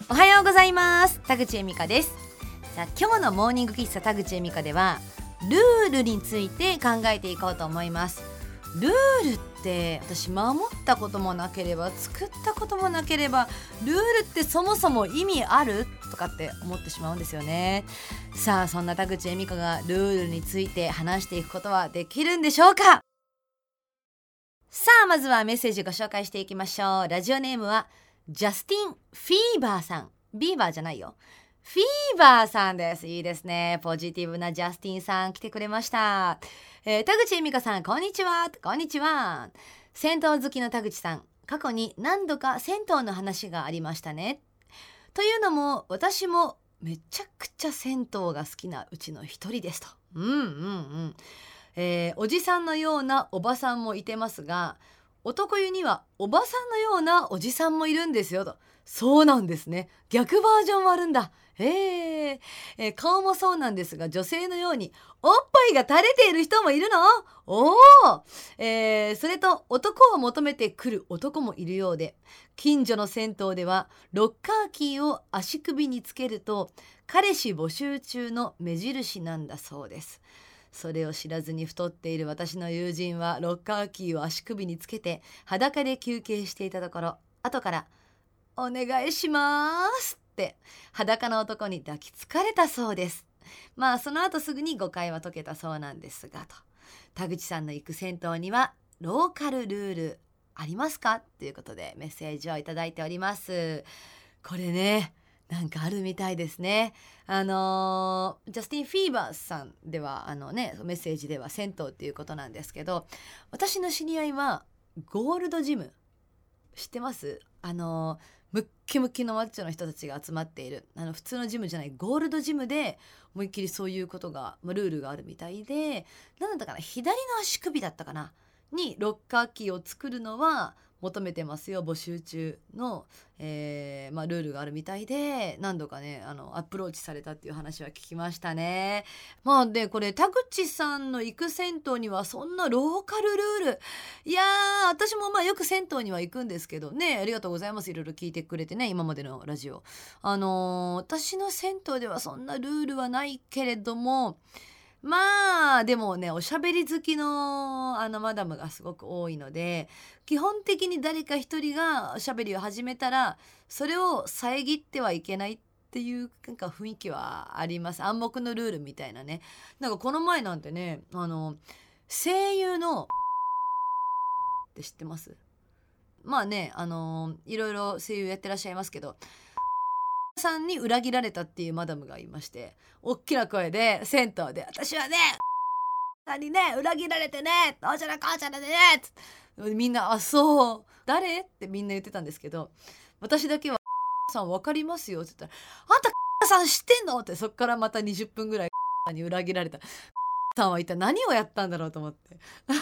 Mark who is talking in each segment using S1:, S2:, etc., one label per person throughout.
S1: おはようございます。田口恵美香です。さあ、今日のモーニング喫茶田口恵美香ではルールについて考えていこうと思います。ルールって私守ったこともなければ作ったこともなければルールってそもそも意味あるとかって思ってしまうんですよね。さあ、そんな田口恵美香がルールについて話していくことはできるんでしょうか。さあ、まずはメッセージご紹介していきましょう。ラジオネームはジャスティン・フィーバーさん。ビーバーじゃないよ、フィーバーさんです。いいですね。ポジティブなジャスティンさん来てくれました。田口恵美香さん、こんにちは。こんにちは。銭湯好きの田口さん、過去に何度か銭湯の話がありましたね。というのも私もめちゃくちゃ銭湯が好きなうちの一人ですと。おじさんのようなおばさんもいてますが、男湯にはおばさんのようなおじさんもいるんですよと。そうなんですね。逆バージョンもあるんだ。顔もそうなんですが、女性のようにおっぱいが垂れている人もいるの。それと男を求めてくる男もいるようで、近所の銭湯ではロッカーキーを足首につけると彼氏募集中の目印なんだそうです。それを知らずに太っている私の友人はロッカーキーを足首につけて裸で休憩していたところ、後からお願いしますって裸の男に抱きつかれたそうです。まあその後すぐに誤解は解けたそうなんですがと。田口さんの行く銭湯にはローカルルールありますかということでメッセージをいただいております。これね、なんかあるみたいですね。ジャスティン・フィーバーさんではメッセージでは銭湯っていうことなんですけど、私の知り合いはゴールドジム知ってます？ムッキムキのマッチョの人たちが集まっている普通のジムじゃないゴールドジムで思いっきりそういうことが、ルールがあるみたいで、なんだったかな、左の足首だったかなにロッカーキーを作るのは求めてますよ、募集中の、ルールがあるみたいで、何度かねアプローチされたっていう話は聞きましたね。でこれ田口さんの行く銭湯にはそんなローカルルール、いやー私もよく銭湯には行くんですけどね、ありがとうございます。いろいろ聞いてくれてね、今までのラジオ私の銭湯ではそんなルールはないけれども、でもね、おしゃべり好きのマダムがすごく多いので、基本的に誰か一人がおしゃべりを始めたらそれを遮ってはいけないっていうなんか雰囲気はあります。暗黙のルールみたいなね。なんかこの前なんてね、声優のって知ってます？いろいろ声優やってらっしゃいますけど、さんに裏切られたっていうマダムがいまして、大きな声で銭湯で、私はねさんにね裏切られてね、どうちゃらこうちゃらでねってみんな、あ、そう誰ってみんな言ってたんですけど、私だけはさん分かりますよって言ったら、あんたさん知ってんのって、そっからまた20分ぐらいさんに裏切られたさんは一体何をやったんだろうと思って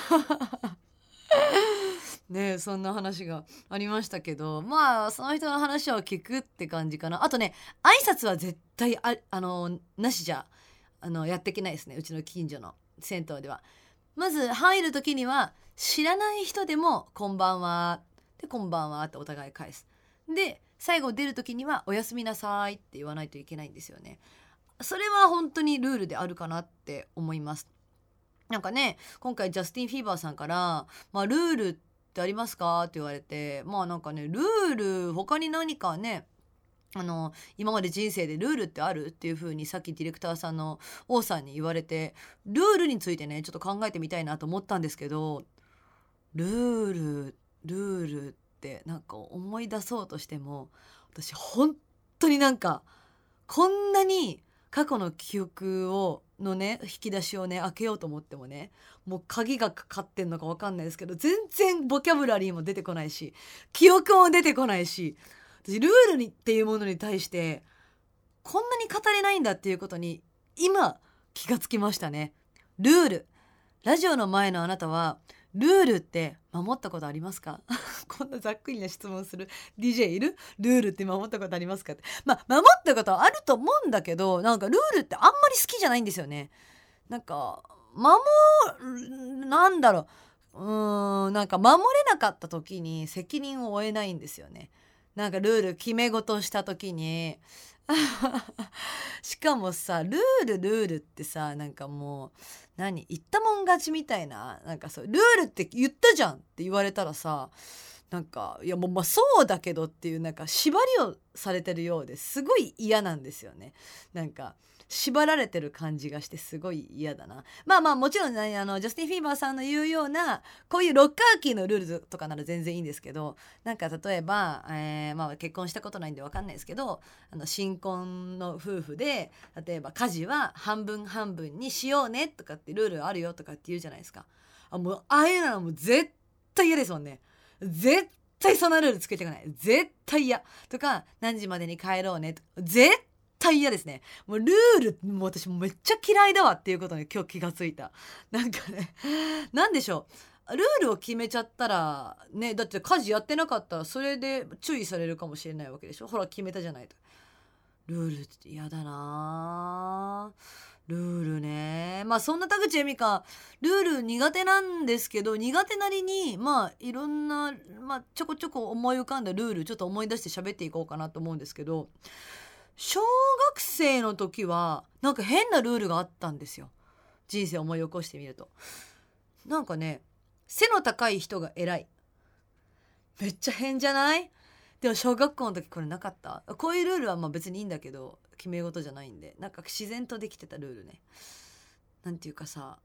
S1: ね、そんな話がありましたけど、その人の話を聞くって感じかな。あとね、挨拶は絶対なしじゃやっていけないですね、うちの近所の銭湯では。まず入る時には知らない人でもこんばんはで、こんばんはってお互い返す。で最後出る時にはおやすみなさいって言わないといけないんですよね。それは本当にルールであるかなって思います。なんかね、今回ジャスティン・フィーバーさんから、ルールってありますかって言われて、なんかね、ルール他に何かね、今まで人生でルールってあるっていう風にさっきディレクターさんの王さんに言われて、ルールについてねちょっと考えてみたいなと思ったんですけど、ルールってなんか思い出そうとしても、私本当になんかこんなに過去の記憶のね引き出しをね開けようと思ってもね、もう鍵がかかってんのか分かんないですけど、全然ボキャブラリーも出てこないし記憶も出てこないし、私ルールにっていうものに対してこんなに語れないんだっていうことに今気がつきましたね。ルール、ラジオの前のあなたはルールって守ったことありますかこんなざっくりな質問する DJ いる？ルールって守ったことありますかって。守ったことはあると思うんだけど、なんかルールってあんまり好きじゃないんですよね。なんかなんだろう、なんか守れなかった時に責任を負えないんですよね。 なんかルール決め事した時にしかもさ、ルールってさ、なんかもう言ったもん勝ちみたいな、なんかそうルールって言ったじゃんって言われたらさ、なんかいやもうまあそうだけどっていう、なんか縛りをされてるようですごい嫌なんですよね。なんか縛られてる感じがしてすごい嫌だな。まあまあもちろんね、ジャスティン・フィーバーさんの言うようなこういうロッカーキーのルールとかなら全然いいんですけど、なんか例えば、まあ結婚したことないんで分かんないですけど、新婚の夫婦で例えば家事は半分半分にしようねとかってルールあるよとかって言うじゃないですか。もうああいうのはもう絶対嫌ですもんね。絶対そんなルールつけていかない。絶対嫌とか、何時までに帰ろうねとか絶対嫌ですね。もうルールもう私めっちゃ嫌いだわっていうことに今日気がついた。なんかね、なんでしょう、ルールを決めちゃったらね、だって家事やってなかったらそれで注意されるかもしれないわけでしょ。ほら決めたじゃないと。ルールって嫌だな。ルールね。まあそんな田口恵美香、ルール苦手なんですけど、苦手なりにまあいろんな、まあ、ちょこちょこ思い浮かんだルールちょっと思い出して喋っていこうかなと思うんですけど、小学生の時はなんか変なルールがあったんですよ。人生思い起こしてみると、なんかね、背の高い人が偉い、めっちゃ変じゃない？でも小学校の時これなかった？こういうルールはまあ別にいいんだけど、決め事じゃないんで、なんか自然とできてたルールね。なんていうかさ、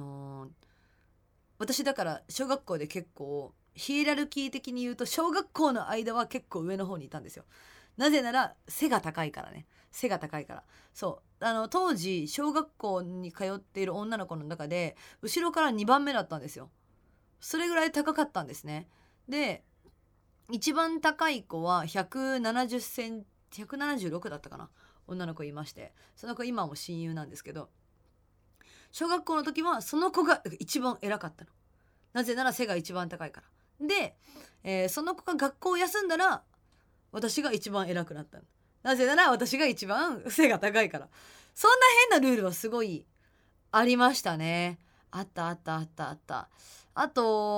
S1: 私だから小学校で結構ヒエラルキー的に言うと小学校の間は結構上の方にいたんですよ。なぜなら背が高いからね。背が高いから。そう当時小学校に通っている女の子の中で後ろから2番目だったんですよ。それぐらい高かったんですね。で一番高い子は170センチ、176だったかな、女の子いまして、その子今も親友なんですけど、小学校の時はその子が一番偉かったの。なぜなら背が一番高いからで、その子が学校を休んだら私が一番偉くなったの。なぜなら私が一番背が高いから。そんな変なルールはすごいありましたね。あったあったあったあった。あ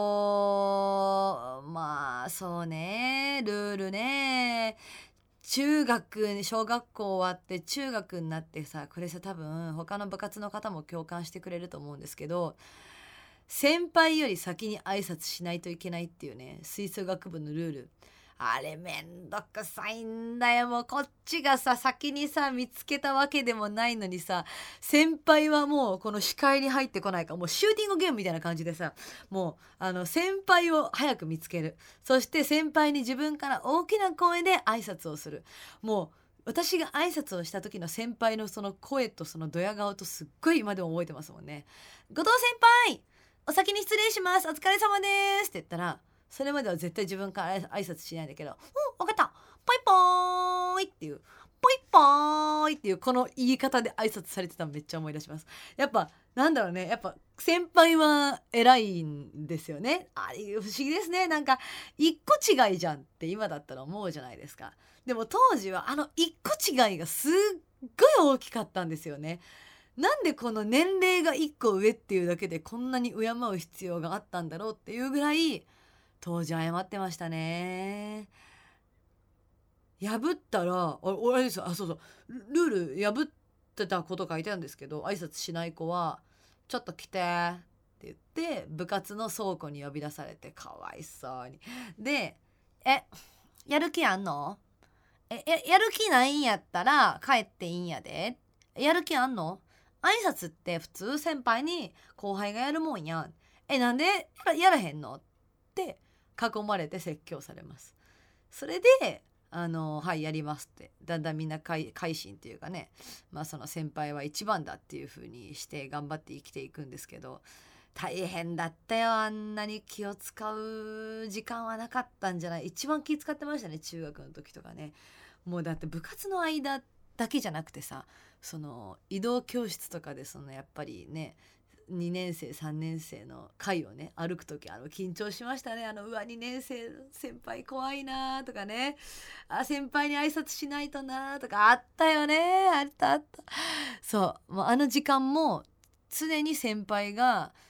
S1: とまあそうね、ルールね。小学校終わって中学になってさ、これさ多分他の部活の方も共感してくれると思うんですけど、先輩より先に挨拶しないといけないっていうね、吹奏楽部のルール、あれめんどくさいんだよ。もうこっちがさ先にさ見つけたわけでもないのにさ、先輩はもうこの視界に入ってこないから、もうシューティングゲームみたいな感じでさ、もう先輩を早く見つける、そして先輩に自分から大きな声で挨拶をする。もう私が挨拶をした時の先輩のその声とそのドヤ顔とすっごい今でも覚えてますもんね。後藤先輩、お先に失礼します、お疲れ様ですって言ったら、それまでは絶対自分から挨拶しないんだけど、分かった、ポイポーイっていう、ポイポーイっていうこの言い方で挨拶されてたのめっちゃ思い出します。やっぱなんだろうね、やっぱ先輩は偉いんですよね。あれ不思議ですね。なんか一個違いじゃんって今だったら思うじゃないですか。でも当時は一個違いがすっごい大きかったんですよね。なんでこの年齢が1個上っていうだけでこんなに敬う必要があったんだろうっていうぐらい当時謝ってましたね。破ったらあれですよ、そうそう、ルール破ってたこと書いてあるんですけど、挨拶しない子はちょっと来てって言って部活の倉庫に呼び出されて、かわいそうに。で、やる気あんの？やる気ないんやったら帰っていいんやで。やる気あんの？挨拶って普通先輩に後輩がやるもんやん。なんでやらへんのって囲まれて説教されます。それではいやりますってだんだんみんな改心っていうかね、まあその先輩は一番だっていう風にして頑張って生きていくんですけど、大変だったよ。あんなに気を使う時間はなかったんじゃない？一番気使ってましたね、中学の時とかね。もうだって部活の間だけじゃなくてさ、その移動教室とかでそのやっぱりね、2年生3年生の会をね歩く時緊張しましたね。うわ2年生先輩怖いなとかね、先輩に挨拶しないとなとかあったよね。あったあった。そう、もう時間も常に先輩が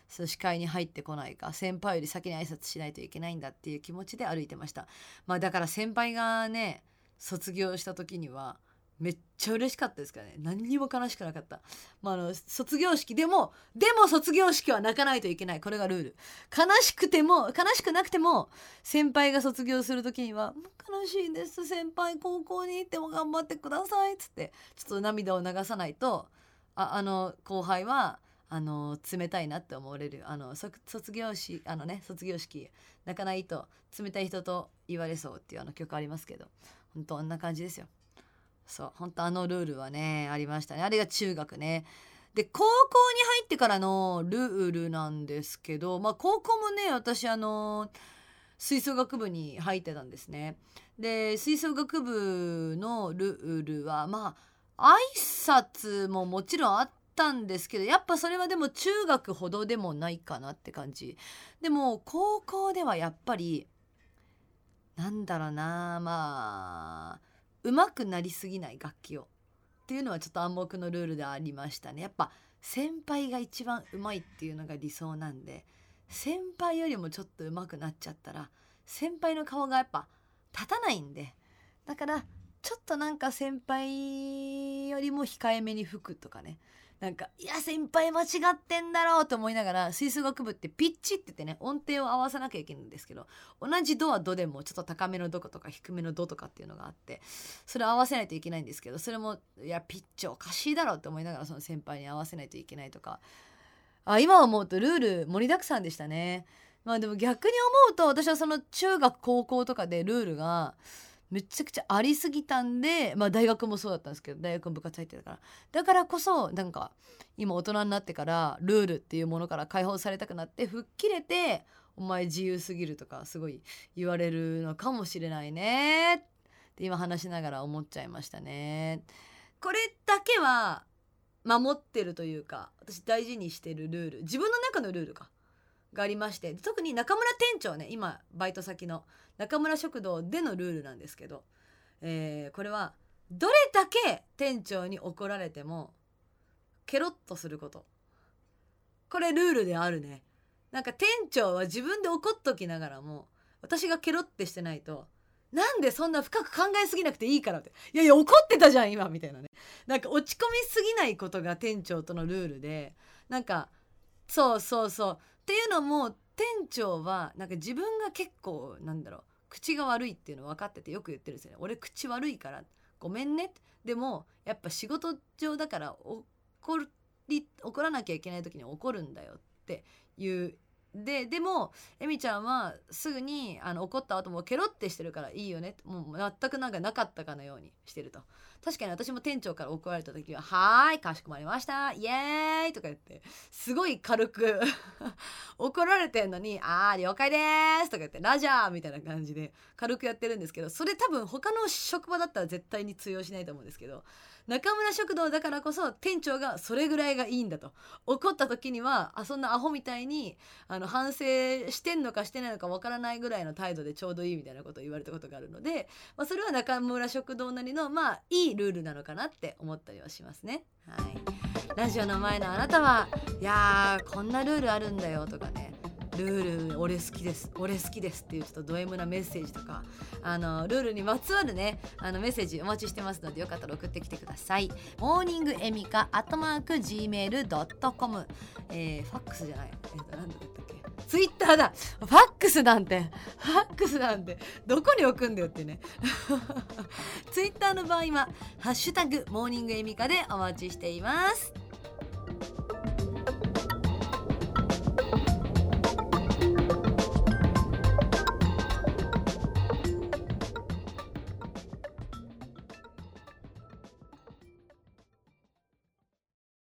S1: その視界に入ってこないか、先輩より先に挨拶しないといけないんだっていう気持ちで歩いてました。だから先輩がね卒業した時にはめっちゃ嬉しかったですからね。何にも悲しくなかった。卒業式でも卒業式は泣かないといけない。これがルール。悲しくなくても先輩が卒業する時には悲しいです、先輩高校に行っても頑張ってくださいっつってちょっと涙を流さないと後輩は冷たいなって思われる。卒業式泣かないと冷たい人と言われそうっていう曲ありますけど、本当あんな感じですよ。そう本当ルールはねありましたね。あれが中学ね。で高校に入ってからのルールなんですけど、高校もね私吹奏楽部に入ってたんですね。で吹奏楽部のルールは挨拶ももちろんあったんですけど、やっぱそれはでも中学ほどでもないかなって感じ。でも高校ではやっぱりなんだろうな、上手くなりすぎない楽器をっていうのはちょっと暗黙のルールでありましたね。やっぱ先輩が一番上手いっていうのが理想なんで、先輩よりもちょっと上手くなっちゃったら先輩の顔がやっぱ立たないんで、だからちょっとなんか先輩よりも控えめに吹くとかね、いや先輩間違ってんだろうと思いながら、吹奏楽部ってピッチって言ってね音程を合わさなきゃいけないんですけど、同じドはドでもちょっと高めのドとか低めのドとかっていうのがあって、それを合わせないといけないんですけど、それもいやピッチおかしいだろうと思いながらその先輩に合わせないといけないとか、今思うとルール盛りだくさんでしたね。でも逆に思うと私はその中学高校とかでルールがめちゃくちゃありすぎたんで、大学もそうだったんですけど、大学も部活入ってたからだからこそ今大人になってからルールっていうものから解放されたくなって吹っ切れて、お前自由すぎるとかすごい言われるのかもしれないねって今話しながら思っちゃいましたね。これだけは守ってるというか、私大事にしてるルール、自分の中のルールがありまして、特に中村店長ね、今バイト先の中村食堂でのルールなんですけど、これはどれだけ店長に怒られてもケロッとすること、これルールであるね。店長は自分で怒っときながらも私がケロってしてないと、なんでそんな深く考えすぎなくていいからって、いやいや怒ってたじゃん今みたいなね、落ち込みすぎないことが店長とのルールで、そうっていうのも店長は自分が結構口が悪いっていうの分かっててよく言ってるんですよね。俺口悪いからごめんね、でもやっぱ仕事上だから怒らなきゃいけない時に怒るんだよっていうでもエミちゃんはすぐに怒った後もケロってしてるからいいよね、もう全くなかったかのようにしてると。確かに私も店長から怒られた時ははーいかしこまりましたイエーイとか言ってすごい軽く怒られてんのに了解ですとか言ってラジャーみたいな感じで軽くやってるんですけど、それ多分他の職場だったら絶対に通用しないと思うんですけど、中村食堂だからこそ店長がそれぐらいがいいんだと。怒った時にはそんなアホみたいに反省してんのかしてないのかわからないぐらいの態度でちょうどいいみたいなことを言われたことがあるので、それは中村食堂なりのいいルールなのかなって思ったりはしますね。はい、ラジオの前のあなたは、いやーこんなルールあるんだよとかね、ルール俺好きですっていうちょっとド M なメッセージとかルールにまつわるねメッセージお待ちしてますので、よかったら送ってきてください。モーニングエミカ@gmail.com、ファックスじゃない、何だったっけ、ツイッターだ。ファックスなんてどこに置くんだよってねツイッターの場合はハッシュタグモーニングエミカでお待ちしています。